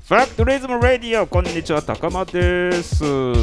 ファクトリズムラディオ、こんにちは、高間です。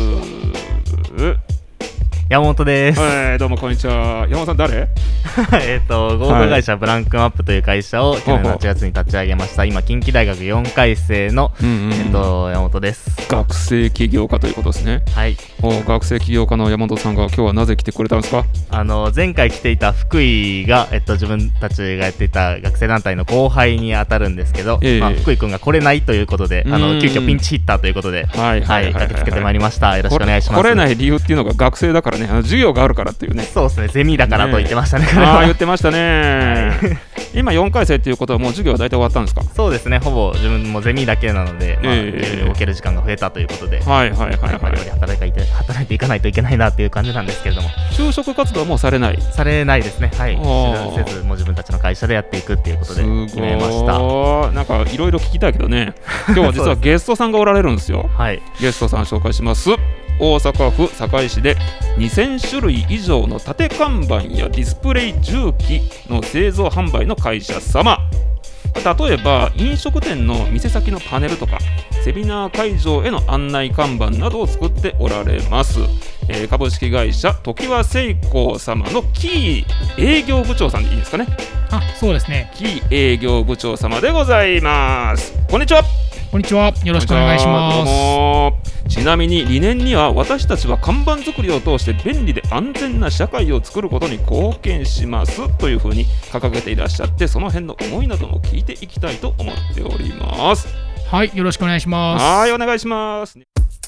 山本です。 どうもこんにちは。山本さん誰？ 合同会社ブランクマップという会社を去年の8月に立ち上げました。今近畿大学4回生の、山本です。 学生起業家ということですね。 はい。 学生起業家の山本さんが今日はなぜ来てくれたんですか？ 前回来ていた福井が、自分たちがやっていた学生団体の後輩に当たるんですけど、福井くんが来れないということで、急遽ピンチヒッターということで、駆けつけてまいりました。よろしくお願いします。 来れない理由っていうのが学生だからね、授業があるからっていうね。 そうですね、ゼミだからと言ってましたね。 言ってましたね。今4回生っていうことはもう授業は大体終わったんですか？ そうですね、ほぼ自分もゼミだけなので、受ける時間が増えたということで、働いていかないといけないなっていう感じなんですけれども。 就職活動はもうされないですね。はい。せずもう自分たちの会社でやっていくっていうことで決めました。 なんかいろいろ聞きたいけどね、今日は実はゲストさんがおられるんですよ。 はい。 ゲストさん紹介します。大阪府堺市で2000種類以上の縦看板やディスプレイ重機の製造販売の会社様。例えば飲食店の店先のパネルとかセミナー会場への案内看板などを作っておられます。株式会社常盤製鋼様のキー営業部長さんでいいですかね？ そうですね。 キー営業部長様でございます。こんにちは。 こんにちは。よろしくお願いします。 どうも。ちなみに理念には、私たちは看板作りを通して便利で安全な社会を作ることに貢献しますというふうに掲げていらっしゃって、その辺の思いなども聞いていきたいと思っております。 はい、よろしくお願いします。 はい、お願いします。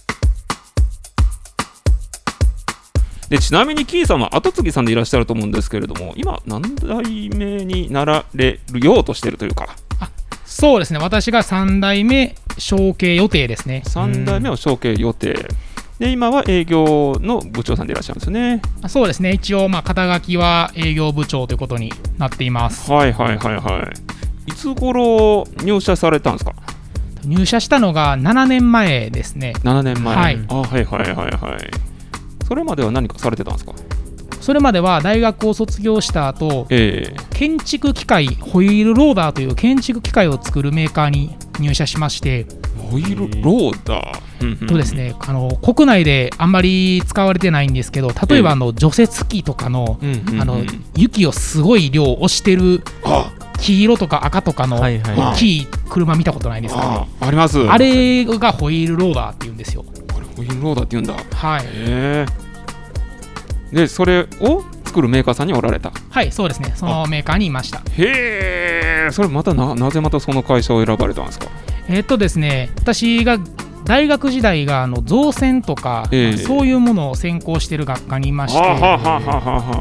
でちなみにキーさんは後継ぎさんでいらっしゃると思うんですけれども、今何代目になられようとしているというか。 そうですね、私が3代目承継予定ですね。 3代目を承継予定で、今は営業の部長さんでいらっしゃるんですよね。 そうですね、一応肩書きは営業部長ということになっています。 はい。いつ頃入社されたんですか？ 入社したのが7年前ですね。 7年前。はい。 はい。 それまでは何かされてたんですか？ それまでは大学を卒業した後、建築機械ホイールローダーという建築機械を作るメーカーに入社しまして。 ホイールローダーとですね、国内であんまり使われてないんですけど、例えば除雪機とかの雪をすごい量押してる黄色とか赤とかの大きい車見たことないですかね？ あります。 あれがホイールローダーって言うんですよ。 ホイールローダーって言うんだ。 はい。 でそれを作るメーカーさんにおられた？ はい、そうですね、そのメーカーにいました。 へえ。それまた なぜまたその会社を選ばれたんですか？ ですね、私が大学時代が造船とか、そういうものを専攻している学科にいまして、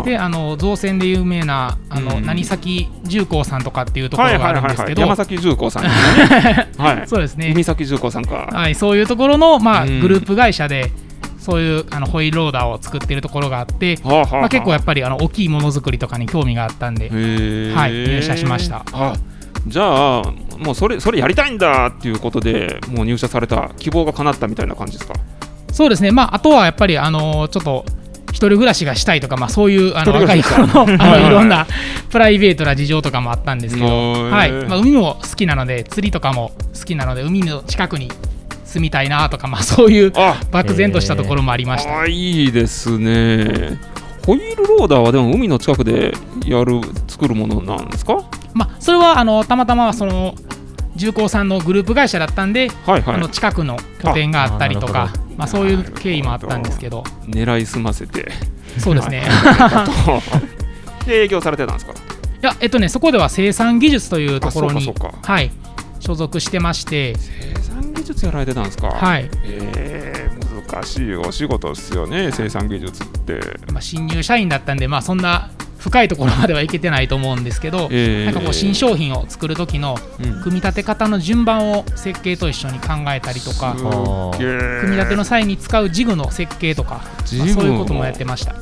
で造船で有名な何崎重工さんとかっていうところがあるんですけど、 山崎重工さんですね。はい、 そうですね、 海崎重工さんか。 はい、そういうところの、グループ会社でそういうホイールローダーを作っているところがあって、結構やっぱり大きいものづくりとかに興味があったんで、入社しました。 じゃあもうそれやりたいんだっていうことでもう入社された、希望が叶ったみたいな感じですか？ そうですね、あとはやっぱりちょっと一人暮らしがしたいとか、そういう若い頃のいろんなプライベートな事情とかもあったんですけど、海も好きなので、釣りとかも好きなので、海の近くに住みたいなとか、そういう漠然としたところもありました。 いいですね。ホイールローダーはでも海の近くで作るものなんですか？ それはたまたまその重工さんのグループ会社だったんで、近くの拠点があったりとか、そういう経緯もあったんですけど、 狙い澄ませて。そうですね。 で営業されてたんですか？いや、そこでは生産技術というところに所属してまして。 生産技術やられてたんですか？ はい。 難しいお仕事ですよね、生産技術って。 新入社員だったんで、そんな深いところまではいけてないと思うんですけど、なんかこう新商品を作る時の組み立て方の順番を設計と一緒に考えたりとか、組み立ての際に使うジグの設計とか、そういうこともやってました。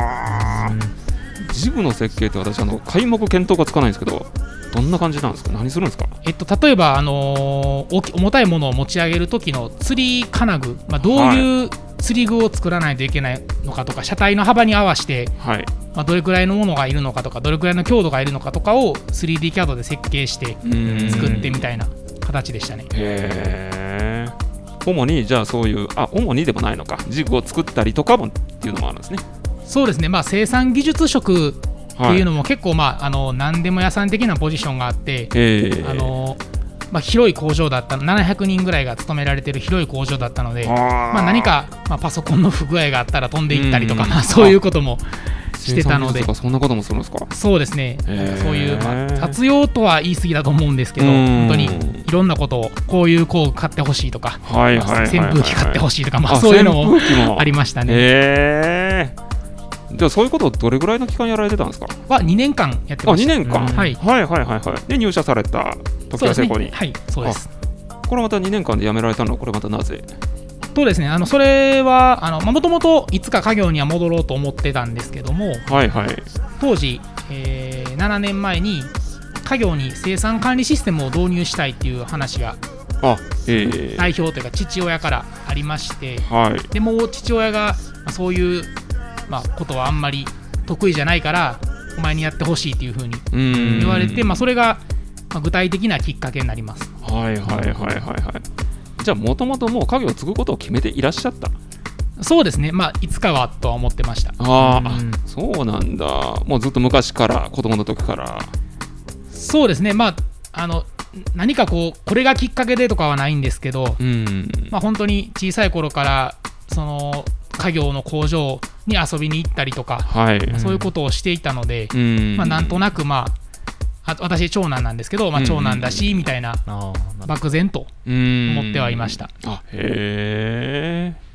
ジグの設計って私皆目見当がつかないんですけど、どんな感じなんですか？何するんですか？ 例えば、重たいものを持ち上げる時の釣り金具、どういう釣り具を作らないといけないのかとか、車体の幅に合わせて、どれくらいのものがいるのかとか、どれくらいの強度がいるのかとかを 3D キャドで設計して作ってみたいな形形でしたね。 へー。主にじゃあそういう主にでもないのか、ジグを作ったりとかもっていうのもあるんですね。 そうですね、生産技術職っていうのも結構、何でも屋さん的なポジションがあって、広い工場だったの、700人ぐらいが勤められている広い工場だったので、何か、パソコンの不具合があったら飛んでいったりとか、そういうこともしてたので。 そんなこともするんですか？ そうですね、そういう、活用とは言い過ぎだと思うんですけど、本当にいろんなことを、こういう工具買ってほしいとか、扇風機買ってほしいとか、そういうのもありましたね。 じゃあそういうことをどれぐらいの期間やられてたんですか ？2年間やってました。 2年間、はいで入社された時は成功に。 はい、そうです。 これまた2年間で辞められたのはこれまたなぜ？ そうですね、それはもともといつか家業には戻ろうと思ってたんですけども、当時、7年前に家業に生産管理システムを導入したいっていう話が代表というか父親からありまして、でも父親がそういうことはあんまり得意じゃないからお前にやってほしいっていうふうに言われて、それが具体的なきっかけになります。 じゃあもともともう家業を継ぐことを決めていらっしゃった？ そうですね、いつかはとは思ってました。 そうなんだ。もうずっと昔から、子供の時から。 そうですね、何かこれがきっかけでとかはないんですけど、本当に小さい頃からその家業の工場に遊びに行ったりとか、そういうことをしていたので、なんとなく私長男なんですけど、長男だしみたいな漠然と思ってはいました。 へー。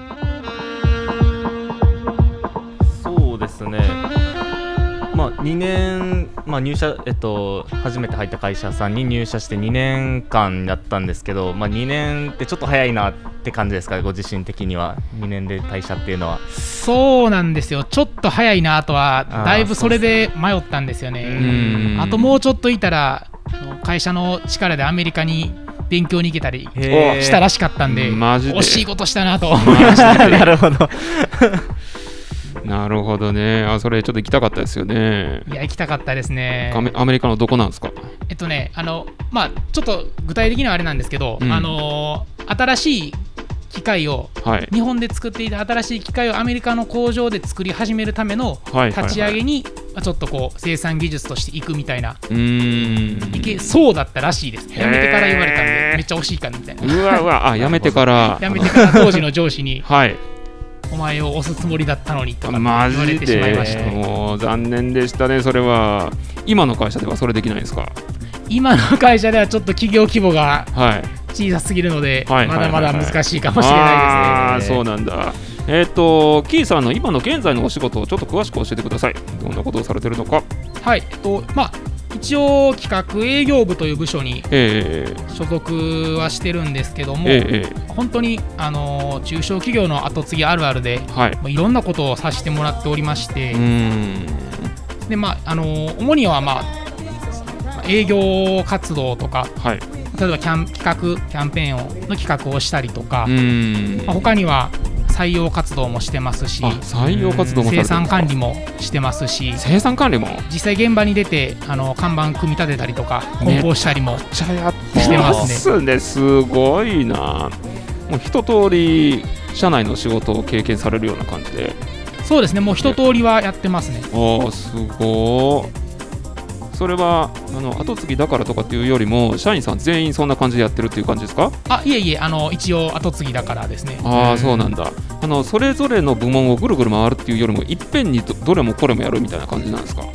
そうですね、2年、入社、初めて入った会社さんに入社して2年間やったんですけど、2年ってちょっと早いなって感じですか、ご自身的には。2年で退社っていうのは。 そうなんですよ、ちょっと早いなとはだいぶそれで迷ったんですよね。あともうちょっといたら会社の力でアメリカに勉強に行けたりしたらしかったんで、惜しいことしたなと思いましたね。 なるほどなるほどね。それちょっと行きたかったですよね。 いや、行きたかったですね。 アメリカのどこなんですか？ ちょっと具体的にはあれなんですけど、新しい機械を、日本で作っていた新しい機械をアメリカの工場で作り始めるための立ち上げに、ちょっと生産技術としていくみたいな、いけそうだったらしいです。辞めてから言われたんで、めっちゃ惜しいかみたいな。 辞めてから当時の上司に、お前を押すつもりだったのにとか言われてしまいました。 もう残念でしたね。それは今の会社ではそれできないですか？ 今の会社ではちょっと企業規模が小さすぎるので、まだまだ難しいかもしれないですね。 そうなんだ。キーさんの今の現在のお仕事をちょっと詳しく教えてください。どんなことをされてるのか。 一応企画営業部という部署に所属はしてるんですけども、本当に中小企業の後継ぎあるあるで、いろんなことをさせてもらっておりまして、で主には営業活動とか、例えばキャンペーンの企画をしたりとか、他には採用活動もしてますし、 採用活動も生産管理もしてますし、 生産管理も実際現場に出て看板組み立てたりとか梱包したりもしてますね。 すごいな。もう一通り社内の仕事を経験されるような感じで。 そうですね、もう一通りはやってますね。 すごい。それは後継ぎだからとかっていうよりも社員さん全員そんな感じでやってるっていう感じですか？ いえ一応後継ぎだからですね。 そうなんだ。それぞれの部門をぐるぐる回るっていうよりもいっぺんにどれもこれもやるみたいな感じなんですか？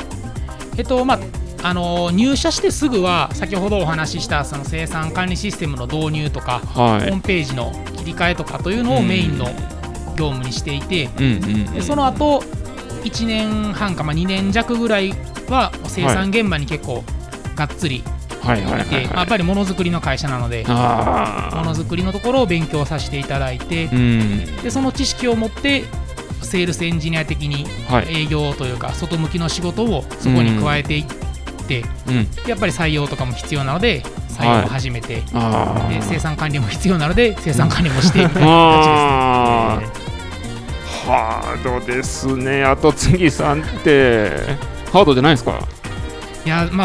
入社してすぐは先ほどお話ししたその生産管理システムの導入とか、ホームページの切り替えとかというのをメインの業務にしていて、その後1年半か2年弱ぐらいは生産現場に結構がっつりいて、やっぱりものづくりの会社なので、ものづくりのところを勉強させていただいて、でその知識を持ってセールスエンジニア的に営業というか外向きの仕事をそこに加えていって、やっぱり採用とかも必要なので採用を始めて、で生産管理も必要なので生産管理もしてみたいな形ですね。 ハードですね。後継ぎさんってハードじゃないですか？ いや、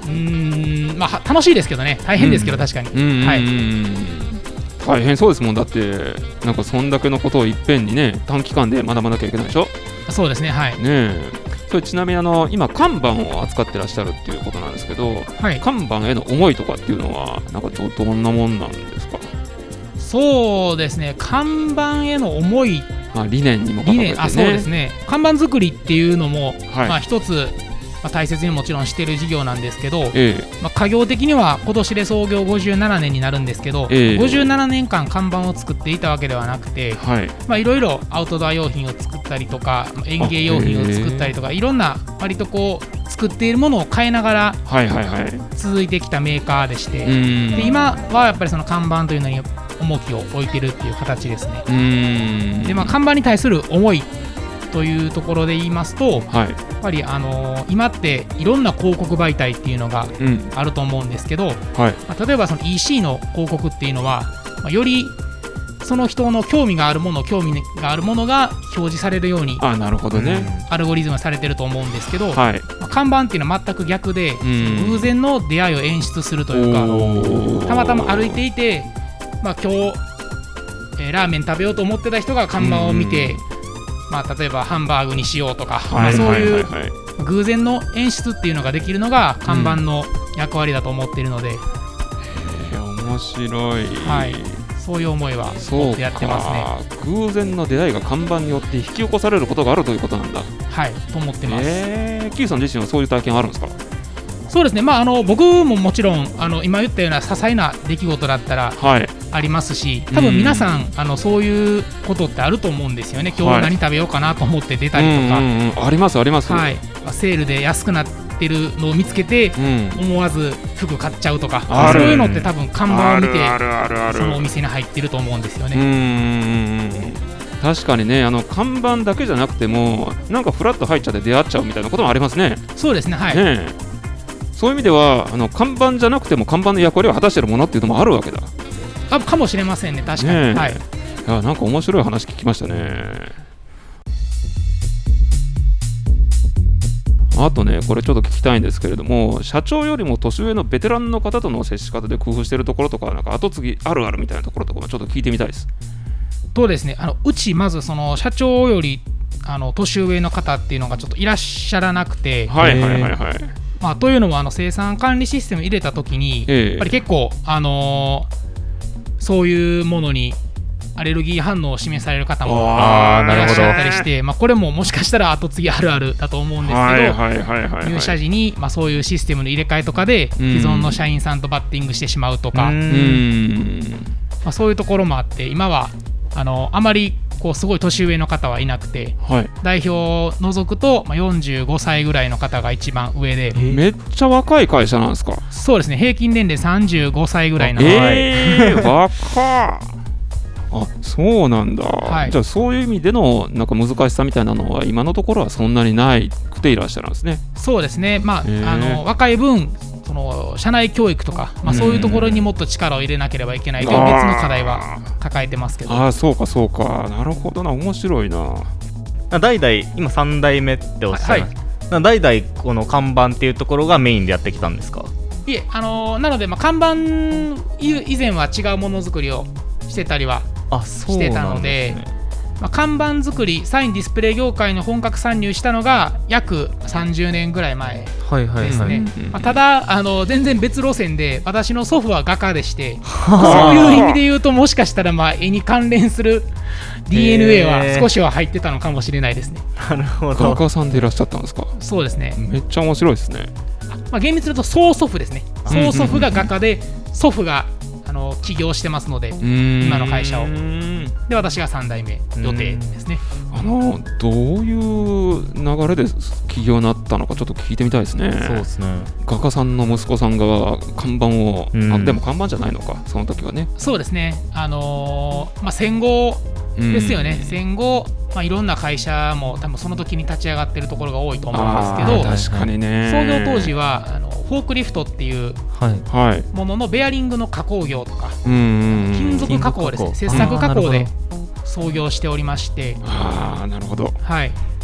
まあ、楽しいですけどね、大変ですけど、確かに、はい、 大変そうですもん。だってなんかそんだけのことをいっぺんにね短期間で学ばなきゃいけないでしょ。 そうですね、はい。 それちなみに今看板を扱ってらっしゃるっていうことなんですけど、はい、看板への思いとかっていうのはなんかどんなもんなんですか？ そうですね、看板への思い、 理念にも関わってね。 そうですね、看板作りっていうのも、はい、一つ、大切にもちろんしている事業なんですけど、家業的には今年で創業57年になるんですけど、57年間看板を作っていたわけではなくて、いろいろアウトドア用品を作ったりとか園芸用品を作ったりとか、いろんな割とこう作っているものを変えながら続いてきたメーカーでして、で今はやっぱりその看板というのに重きを置いてるっていう形ですね。で、看板に対する思いというところで言いますと、やっぱり今っていろんな広告媒体っていうのがあると思うんですけど、例えばその EC の広告っていうのは、よりその人の興味があるものが表示されるようにアルゴリズムされてると思うんですけど、看板っていうのは全く逆で、偶然の出会いを演出するというか、たまたま歩いていて、今日、ラーメン食べようと思ってた人が看板を見て、例えばハンバーグにしようとか、そういう偶然の演出っていうのができるのが看板の役割だと思っているので、 面白い、 そういう思いは持ってやってますね。 偶然の出会いが看板によって引き起こされることがあるということなんだ。 はい、と思ってます。 キーさん自身はそういう体験あるんですか？ そうですね、僕ももちろん今言ったような些細な出来事だったらありますし、多分皆さんそういうことってあると思うんですよね。今日何食べようかなと思って出たりとか、 ありますあります、 セールで安くなってるのを見つけて思わず服買っちゃうとか、そういうのって多分看板を見てそのお店に入ってると思うんですよね。 確かにね、看板だけじゃなくてもなんかフラッと入っちゃって出会っちゃうみたいなこともありますね。 そうですね、はい、 そういう意味では看板じゃなくても看板の役割を果たしているものっていうのもあるわけだ。 かもしれませんね、確かに。いや、なんか面白い話聞きましたね。あとね、これちょっと聞きたいんですけれども、社長よりも年上のベテランの方との接し方で工夫しているところとか、なんか後継ぎあるあるみたいなところとかもちょっと聞いてみたいです。 そうですね、うちまずその社長より年上の方っていうのがちょっといらっしゃらなくて、というのも生産管理システム入れたときに、やっぱり結構、そういうものにアレルギー反応を示される方もいらっしゃったりして、これももしかしたら後継ぎあるあるだと思うんですけど、入社時に、そういうシステムの入れ替えとかで既存の社員さんとバッティングしてしまうとか、そういうところもあって、今はあまりすごい年上の方はいなくて、代表を除くと45歳ぐらいの方が一番上で、 めっちゃ若い会社なんですか？ そうですね、平均年齢35歳ぐらいの。 若そうなんだ、じゃあそういう意味でのなんか難しさみたいなのは今のところはそんなにないくていらっしゃるんですね。 そうですね、若い分その社内教育とか、そういうところにもっと力を入れなければいけないという別の課題は抱えてますけど。 そうかそうか、なるほどな、面白いな。 代々今3代目っておっしゃいます、代々この看板っていうところがメインでやってきたんですか？ いえ、なので、看板以前は違うものづくりをしてたりはしてたので、看板作り、サインディスプレイ業界の本格参入したのが約30年ぐらい前ですね。ただ全然別路線で、私の祖父は画家でして、そういう意味で言うともしかしたら絵に関連する DNA は少しは入ってたのかもしれないですね。 なるほど。 画家さんでいらっしゃったんですか？ そうですね。 めっちゃ面白いですね。 厳密に言うと曽祖父ですね。曽祖父が画家で、祖父が起業してますので、今の会社を。で、私が3代目予定ですね。 どういう流れで起業になったのかちょっと聞いてみたいですね。 そうですね。 画家さんの息子さんが看板を、でも看板じゃないのか、その時はね。 そうですね。戦後ですよね。戦後、いろんな会社も多分その時に立ち上がってるところが多いと思うんですけど、 確かにね、 創業当時はフォークリフトっていうもののベアリングの加工業とか、金属加工ですね、切削加工で創業しておりまして。 なるほど。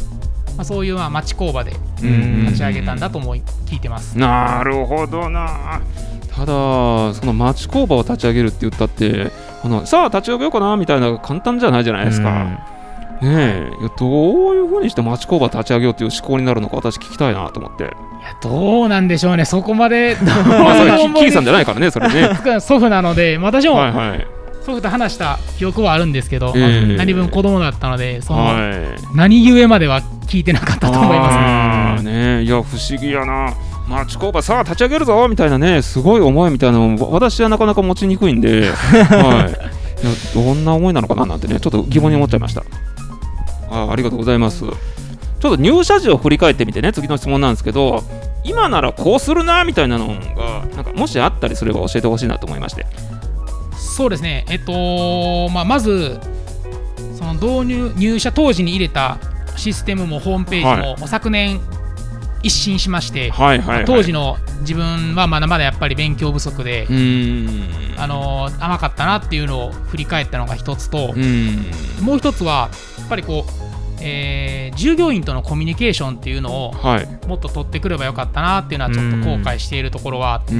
そういう町工場で立ち上げたんだと聞いてます。 なるほどな。ただその町工場を立ち上げるって言ったってさあ立ち上げようかなみたいな簡単じゃないじゃないですか。ねえ、どういうふうにして町工場立ち上げようっていう思考になるのか私聞きたいなと思って。いやどうなんでしょうね、そこまでまあそれキーさんじゃないからね、それね祖父なので私も祖父と話した記憶はあるんですけど、何分子供だったので何故までは聞いてなかったと思いますね。いや不思議やな。町工場さあ立ち上げるぞみたいなね、すごい思いみたいなのも私はなかなか持ちにくいんで、いやどんな思いなのかななんてねちょっと疑問に思っちゃいました。ありがとうございます。ちょっと入社時を振り返ってみてね、次の質問なんですけど、今ならこうするなみたいなのがなんかもしあったりすれば教えてほしいなと思いまして。 そうですね、まずその入社当時に入れたシステムもホームページも、昨年一新しまして、当時の自分はまだまだやっぱり勉強不足で甘かったなっていうのを振り返ったのが一つと、もう一つはやっぱり従業員とのコミュニケーションっていうのをもっと取ってくればよかったなっていうのはちょっと後悔しているところはあって、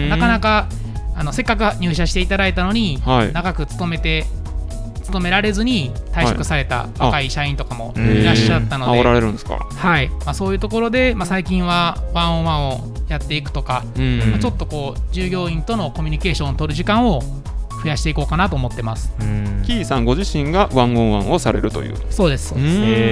なかなかせっかく入社していただいたのに、長く勤められずに退職された若い社員とかもいらっしゃったので、 おられるんですか。 そういうところで、最近はワンオンワンをやっていくとか、ちょっと従業員とのコミュニケーションを取る時間を増やしていこうかなと思ってます。 キーさんご自身がワンオンワンをされるという。 そうです。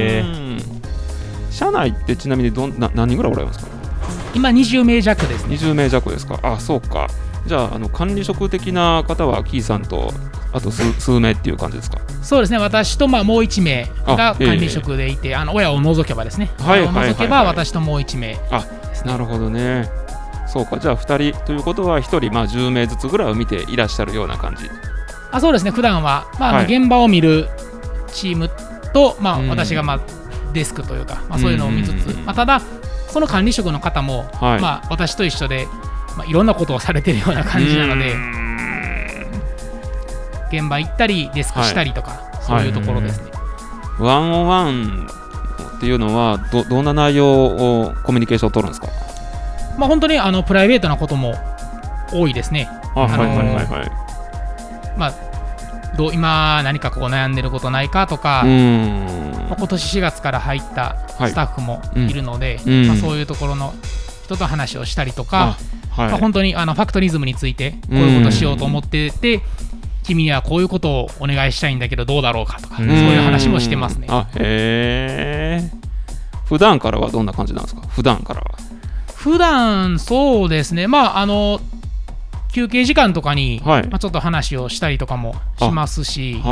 社内ってちなみに何人ぐらいおられますか。 今20名弱ですね。 20名弱ですか。そうか。じゃあ管理職的な方はキーさんとあと数名っていう感じですか。 そうですね、私ともう1名が管理職でいて、親を除けばですね、親を除けば私ともう1名ですね。 なるほどね。そうか、じゃあ2人ということは1人10名ずつぐらいを見ていらっしゃるような感じ。 そうですね、普段は現場を見るチームと、私がデスクというか、そういうのを見つつ、ただその管理職の方も、私と一緒でいろんなことをされてるような感じなので、現場行ったりデスクしたりとか、そういうところですね。 ワンオンワンっていうのはどんな内容をコミュニケーションを取るんですか。 本当にプライベートなことも多いですね。今何か悩んでることないかとか、今年4月から入ったスタッフもいるので、そういうところの人と話をしたりとか、本当にファクトリズムについてこういうことしようと思ってて、君にはこういうことをお願いしたいんだけどどうだろうかとか、そういう話もしてますね。 普段からはどんな感じなんですか。普段そうですね、休憩時間とかに、ちょっと話をしたりとかもしますし、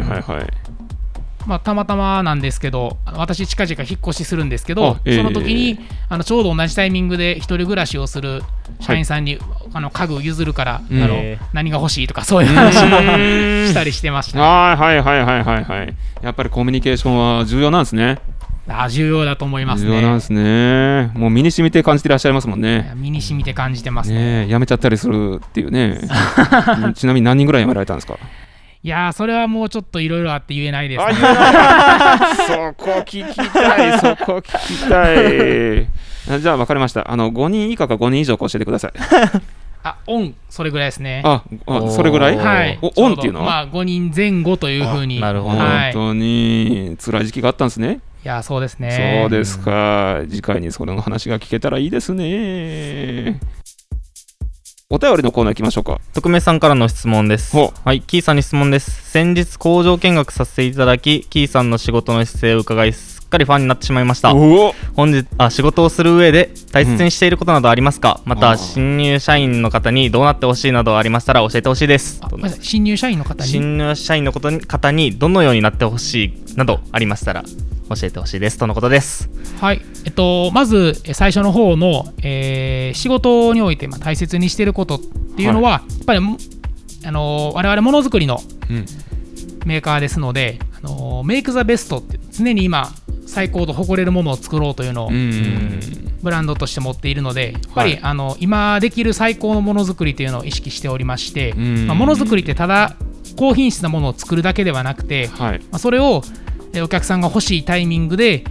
たまたまなんですけど、私近々引っ越しするんですけど、その時にちょうど同じタイミングで一人暮らしをする社員さんに、家具譲るから、何が欲しいとかそういう話もしたりしてました。 やっぱりコミュニケーションは重要なんですね。 重要だと思いますね。 重要なんですね。もう身に染みて感じていらっしゃいますもんね。 身に染みて感じてますね。 辞めちゃったりするっていうねちなみに何人ぐらい辞められたんですか。 いやそれはもうちょっといろいろあって言えないです、ね。 そこ聞きたい。じゃあ分かりました。5人以下か5人以上か教えてください。 それぐらいですね。 それぐらい。オンっていうのは5人前後というふうに。 なるほど。 本当に辛い時期があったんですね。 いやそうですね。 そうですか。次回にそれの話が聞けたらいいですね。お便りのコーナー行きましょうか。 匿名さんからの質問です。はい、キーさんに質問です。先日工場見学させていただき、キーさんの仕事の姿勢を伺い、すっかりファンになってしまいました。仕事をする上で大切にしていることなどありますか。また新入社員の方にどうなってほしいなどありましたら教えてほしいです。 新入社員の方にどのようになってほしいなどありましたら教えてほしいですとのことです。 はい、まず最初の方の、仕事において大切にしていることっていうのは、やっぱり我々ものづくりのメーカーですので、メイクザベストって常に今最高と誇れるものを作ろうというのをブランドとして持っているので、やっぱり今できる最高のものづくりというのを意識しておりまして、ものづくりってただ高品質なものを作るだけではなくて、それをお客さんが欲しいタイミングで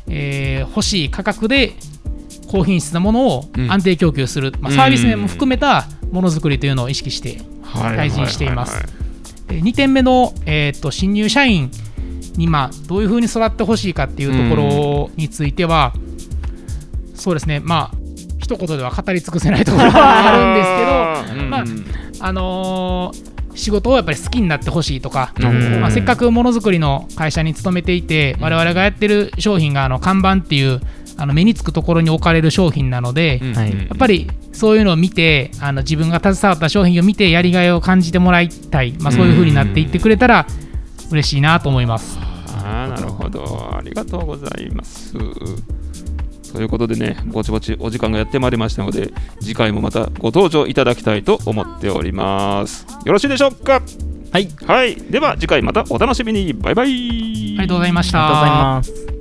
欲しい価格で高品質なものを安定供給する、サービス面も含めたものづくりというのを意識して開示しています。2点目の、新入社員にどういうふうに育ってほしいかっていうところについては、そうですね、一言では語り尽くせないところはあるんですけど、仕事をやっぱり好きになってほしいとか、せっかくものづくりの会社に勤めていて、我々がやってる商品が看板っていう目につくところに置かれる商品なので、やっぱりそういうのを見て自分が携わった商品を見てやりがいを感じてもらいたい、そういう風になっていってくれたら嬉しいなと思います。 なるほど、ありがとうございます。ということでね、ぼちぼちお時間がやってまいりましたので、次回もまたご登場いただきたいと思っております。よろしいでしょうか。 はい、 では次回またお楽しみに。バイバイ。 ありがとうございました。 ありがとうございます。